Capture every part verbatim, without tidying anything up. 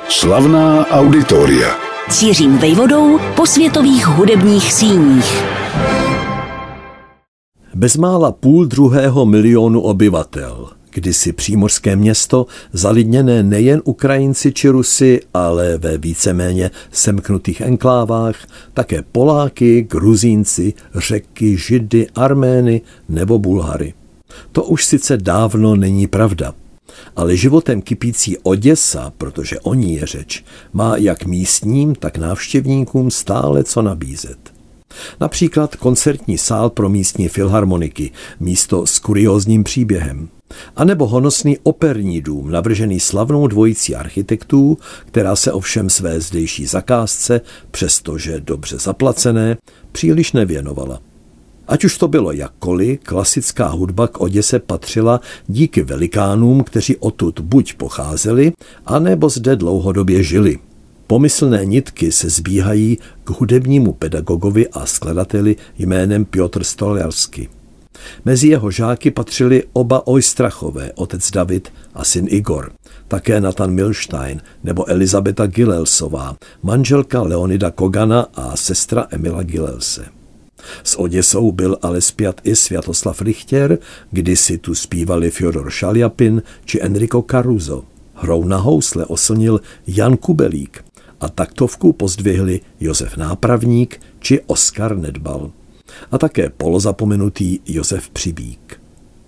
Slavná auditoria. Cířím vejvodou po světových hudebních síních. Bezmála půl druhého milionu obyvatel, kdysi přímořské město, zalidněné nejen Ukrajinci či Rusy, ale ve víceméně semknutých enklávách, také Poláky, Gruzínci, Řeky, Židy, Armény nebo Bulhary. To už sice dávno není pravda, ale životem kypící Oděsa, protože o ní je řeč, má jak místním, tak návštěvníkům stále co nabízet. Například koncertní sál pro místní filharmoniky, místo s kuriózním příběhem, anebo honosný operní dům, navržený slavnou dvojicí architektů, která se ovšem své zdejší zakázce, přestože dobře zaplacené, příliš nevěnovala. Ať už to bylo jakkoliv, klasická hudba k Oděse patřila díky velikánům, kteří odtud buď pocházeli, anebo zde dlouhodobě žili. Pomyslné nitky se zbíhají k hudebnímu pedagogovi a skladateli jménem Piotr Stolyarski. Mezi jeho žáky patřili oba Oistrachové, otec David a syn Igor, také Nathan Milstein nebo Elizabeta Gilelsová, manželka Leonida Kogana a sestra Emila Gilelse. S Oděsou byl ale spjat i Sviatoslav Richter, kdysi tu zpívali Fjodor Šaljapin či Enrico Caruso. Hrou na housle oslnil Jan Kubelík a taktovku pozdvihli Josef Nápravník či Oskar Nedbal. A také polozapomenutý Josef Přibík.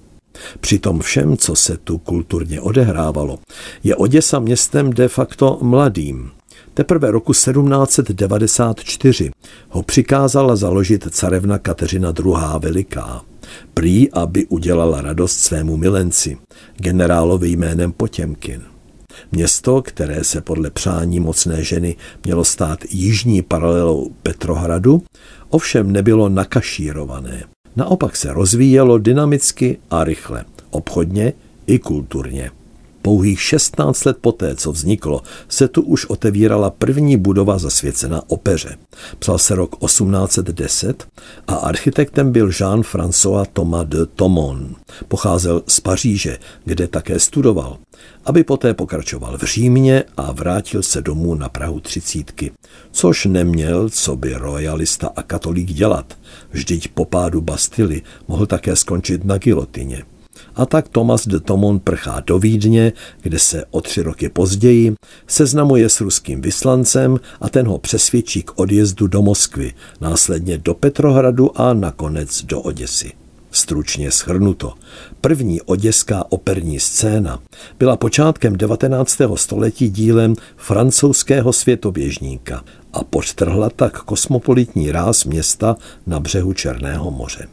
Při tom všem, co se tu kulturně odehrávalo, je Oděsa městem de facto mladým. Teprve roku sedmnáct devadesát čtyři ho přikázala založit carevna Kateřina druhá. Veliká. Prý, aby udělala radost svému milenci, generálovi jménem Potěmkin. Město, které se podle přání mocné ženy mělo stát jižní paralelou Petrohradu, ovšem nebylo nakašírované. Naopak se rozvíjelo dynamicky a rychle, obchodně i kulturně. Pouhých šestnáct let poté, co vzniklo, se tu už otevírala první budova zasvěcená opeře. Psal se rok osmnáct deset a architektem byl Jean-François Thomas de Thomon. Pocházel z Paříže, kde také studoval, aby poté pokračoval v Římě a vrátil se domů na prahu třicítky, což neměl, co by royalista a katolík dělat. Vždyť po pádu Bastily mohl také skončit na gilotině. A tak Thomas de Thomon prchá do Vídně, kde se o tři roky později seznamuje s ruským vyslancem a ten ho přesvědčí k odjezdu do Moskvy, následně do Petrohradu a nakonec do Oděsy. Stručně shrnuto, první oděská operní scéna byla počátkem devatenáctého století dílem francouzského světoběžníka a podtrhla tak kosmopolitní ráz města na břehu Černého moře.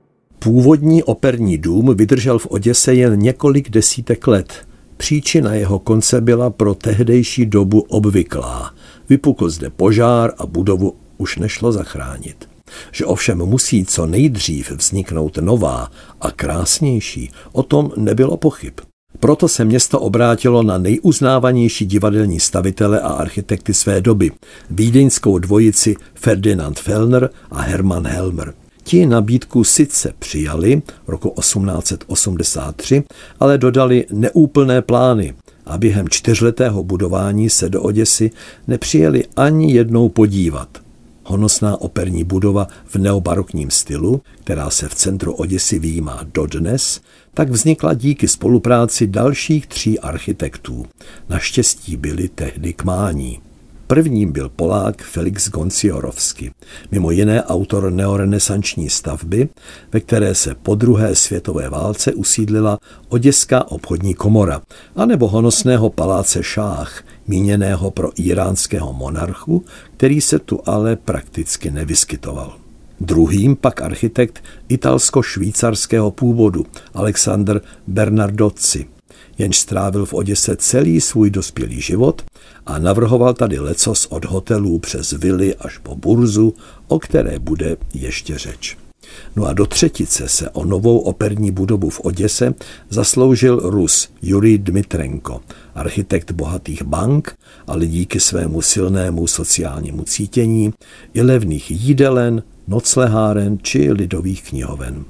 Původní operní dům vydržel v Oděse jen několik desítek let. Příčina jeho konce byla pro tehdejší dobu obvyklá. Vypukl zde požár a budovu už nešlo zachránit. Že ovšem musí co nejdřív vzniknout nová a krásnější, o tom nebylo pochyb. Proto se město obrátilo na nejuznávanější divadelní stavitele a architekty své doby, vídeňskou dvojici Ferdinand Fellner a Hermann Helmer. Ti nabídku sice přijali roku osmnáct osmdesát tři, ale dodali neúplné plány a během čtyřletého budování se do Oděsy nepřijeli ani jednou podívat. Honosná operní budova v neobarokním stylu, která se v centru Oděsy vyjímá dodnes, tak vznikla díky spolupráci dalších tří architektů. Naštěstí byli tehdy k mání. Prvním byl Polák Felix Gonciorowski, mimo jiné autor neorenesanční stavby, ve které se po druhé světové válce usídlila Oděská obchodní komora, anebo honosného paláce Šách, míněného pro iránského monarchu, který se tu ale prakticky nevyskytoval. Druhým pak architekt italsko-švýcarského původu Alexander Bernardozzi, jenž strávil v Oděse celý svůj dospělý život a navrhoval tady lecos od hotelů přes vily až po burzu, o které bude ještě řeč. No a do třetice se o novou operní budovu v Oděse zasloužil Rus Jurij Dmitrenko, architekt bohatých bank, ale díky svému silnému sociálnímu cítění i levných jídelen, nocleháren či lidových knihoven.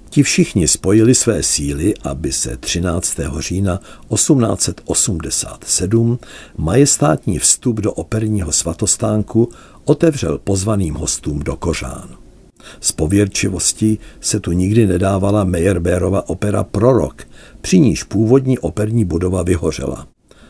Ti všichni spojili své síly, aby se třináctého října osmnáct set osmdesát sedm majestátní vstup do operního svatostánku otevřel pozvaným hostům do kořán. Z pověrčivosti se tu nikdy nedávala Meyerbeerova opera Prorok, při níž původní operní budova vyhořela.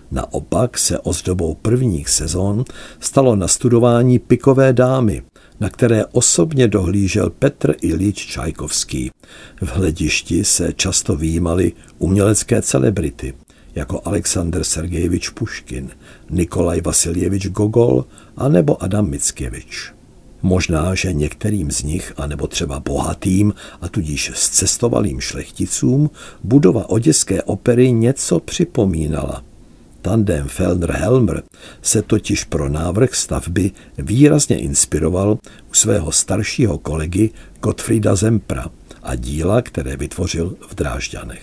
Naopak se ozdobou prvních sezon stalo nastudování Pikové dámy, na které osobně dohlížel Petr Iljič Čajkovský. V hledišti se často vyjímaly umělecké celebrity, jako Alexander Sergejevič Puškin, Nikolaj Vasiljevič Gogol a nebo Adam Mickiewicz. Možná, že některým z nich, anebo třeba bohatým a tudíž zcestovalým šlechticům, budova oděské opery něco připomínala. Tandem Fellner-Helmer se totiž pro návrh stavby výrazně inspiroval u svého staršího kolegy Gottfrieda Sempra a díla, které vytvořil v Drážďanech.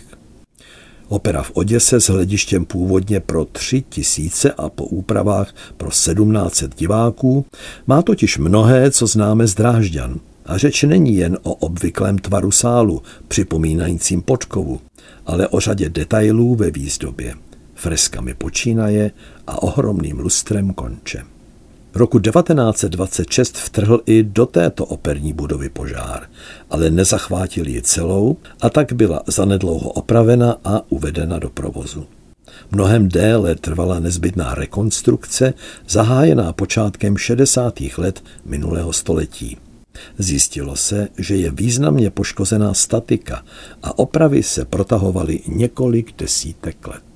Opera v Oděse s hledištěm původně pro tři tisíce a po úpravách pro sedmnáct set diváků má totiž mnohé, co známe z Drážďan. A řeč není jen o obvyklém tvaru sálu, připomínajícím podkovu, ale o řadě detailů ve výzdobě. Freskami počínaje a ohromným lustrem konče. Roku devatenáct set dvacet šest vtrhl i do této operní budovy požár, ale nezachvátil ji celou a tak byla zanedlouho opravena a uvedena do provozu. Mnohem déle trvala nezbytná rekonstrukce, zahájená počátkem šedesátých let minulého století. Zjistilo se, že je významně poškozená statika a opravy se protahovaly několik desítek let.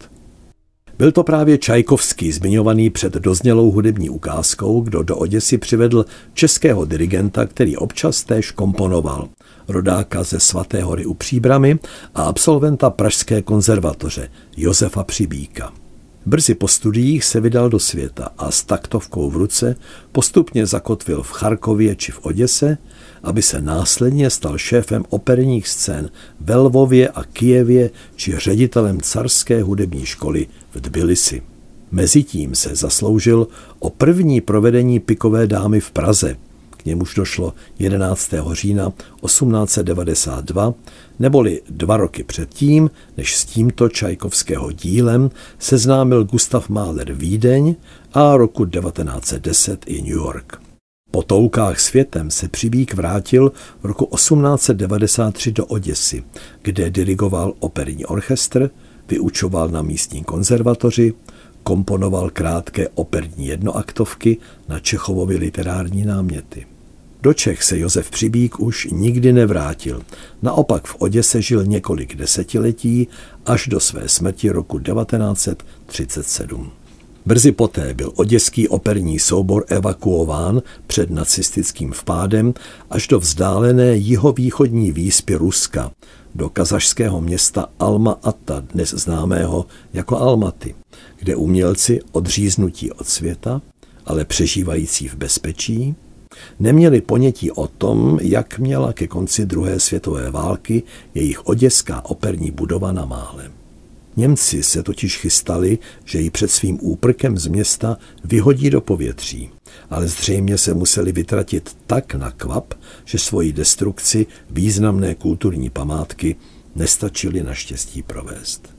Byl to právě Čajkovský, zmiňovaný před doznělou hudební ukázkou, kdo do Oděsy přivedl českého dirigenta, který občas též komponoval, rodáka ze Svaté Hory u Příbrami a absolventa Pražské konzervatoře Josefa Přibíka. Brzy po studiích se vydal do světa a s taktovkou v ruce postupně zakotvil v Charkově či v Oděse, aby se následně stal šéfem operních scén ve Lvově a Kyjevě či ředitelem carské hudební školy v Tbilisi. Mezitím se zasloužil o první provedení Pikové dámy v Praze. K němuž došlo jedenáctého října osmnáct set devadesát dva, neboli dva roky předtím, než s tímto Čajkovského dílem seznámil Gustav Mahler Vídeň a roku devatenáct set deset i New York. Po toukách světem se Přibík vrátil v roku osmnáct set devadesát tři do Oděsy, kde dirigoval operní orchestr, vyučoval na místní konzervatoři, komponoval krátké operní jednoaktovky na Čechovovy literární náměty. Do Čech se Josef Přibík už nikdy nevrátil. Naopak v Oděse žil několik desetiletí až do své smrti roku devatenáct set třicet sedm. Brzy poté byl oděský operní soubor evakuován před nacistickým vpádem až do vzdálené jihovýchodní výspy Ruska, do kazašského města Alma-Ata, dnes známého jako Almaty, kde umělci odříznutí od světa, ale přežívající v bezpečí, neměli ponětí o tom, jak měla ke konci druhé světové války jejich oděská operní budova na mále. Němci se totiž chystali, že ji před svým úprkem z města vyhodí do povětří, ale zřejmě se museli vytratit tak na kvap, že svoji destrukci významné kulturní památky nestačili naštěstí provést.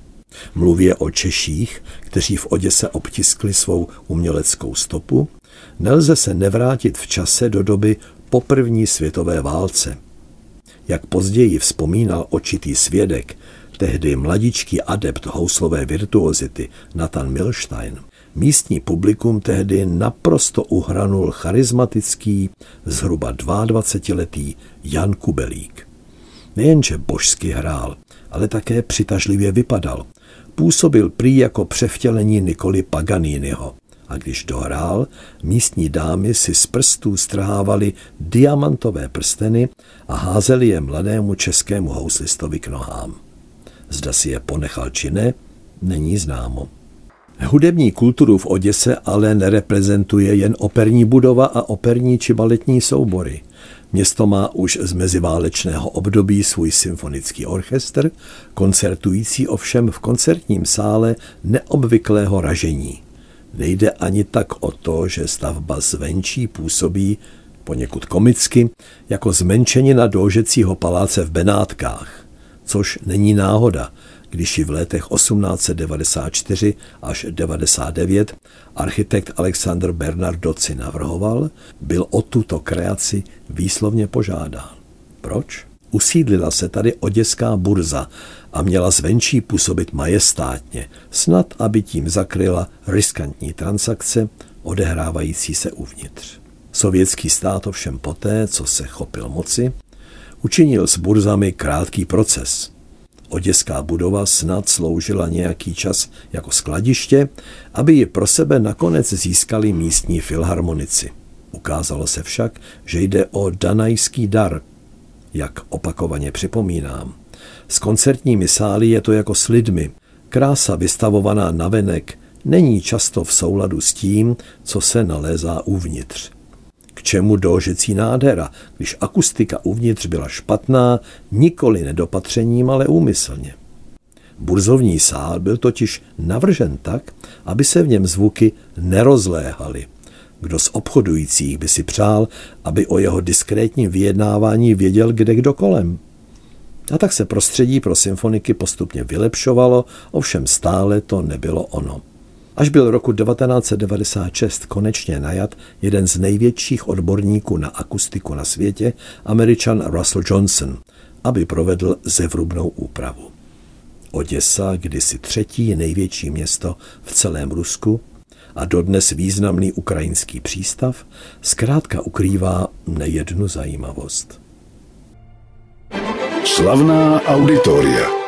Mluvě o Češích, kteří v Oděse obtiskli svou uměleckou stopu, nelze se nevrátit v čase do doby po první světové válce. Jak později vzpomínal očitý svědek, tehdy mladičký adept houslové virtuozity Nathan Milstein, místní publikum tehdy naprosto uhranul charismatický, zhruba dvaadvacetiletý Jan Kubelík. Nejenže božsky hrál, ale také přitažlivě vypadal. Působil prý jako převtělení Niccoli Paganiniho. A když dohrál, místní dámy si z prstů strhávaly diamantové prsteny a házeli je mladému českému houslistovi k nohám. Zda si je ponechal či ne, není známo. Hudební kulturu v Oděse ale nereprezentuje jen operní budova a operní či baletní soubory. Město má už z meziválečného období svůj symfonický orchestr, koncertující ovšem v koncertním sále neobvyklého ražení. Nejde ani tak o to, že stavba zvenčí působí poněkud komicky, jako zmenšenina dloužecího paláce v Benátkách, což není náhoda, když ji v letech osmnáct set devadesát čtyři až devadesát devět architekt Alexander Bernardozzi navrhoval, byl o tuto kreaci výslovně požádán. Proč? Usídlila se tady oděská burza a měla zvenčí působit majestátně, snad aby tím zakryla riskantní transakce odehrávající se uvnitř. Sovětský stát ovšem poté, co se chopil moci, učinil s burzami krátký proces. Oděská budova snad sloužila nějaký čas jako skladiště, aby ji pro sebe nakonec získali místní filharmonici. Ukázalo se však, že jde o danajský dar, jak opakovaně připomínám. S koncertními sály je to jako s lidmi. Krása vystavovaná navenek není často v souladu s tím, co se nalézá uvnitř. K čemu dloužecí nádhera, když akustika uvnitř byla špatná, nikoli nedopatřením, ale úmyslně. Burzovní sál byl totiž navržen tak, aby se v něm zvuky nerozléhaly. Kdo z obchodujících by si přál, aby o jeho diskrétním vyjednávání věděl kde kdo kolem. A tak se prostředí pro symfoniky postupně vylepšovalo, ovšem stále to nebylo ono. Až byl roku devatenáct set devadesát šest konečně najat jeden z největších odborníků na akustiku na světě, Američan Russell Johnson, aby provedl zevrubnou úpravu. Oděsa, kdysi třetí největší město v celém Rusku a dodnes významný ukrajinský přístav, zkrátka ukrývá nejednu zajímavost. Slavná auditoria.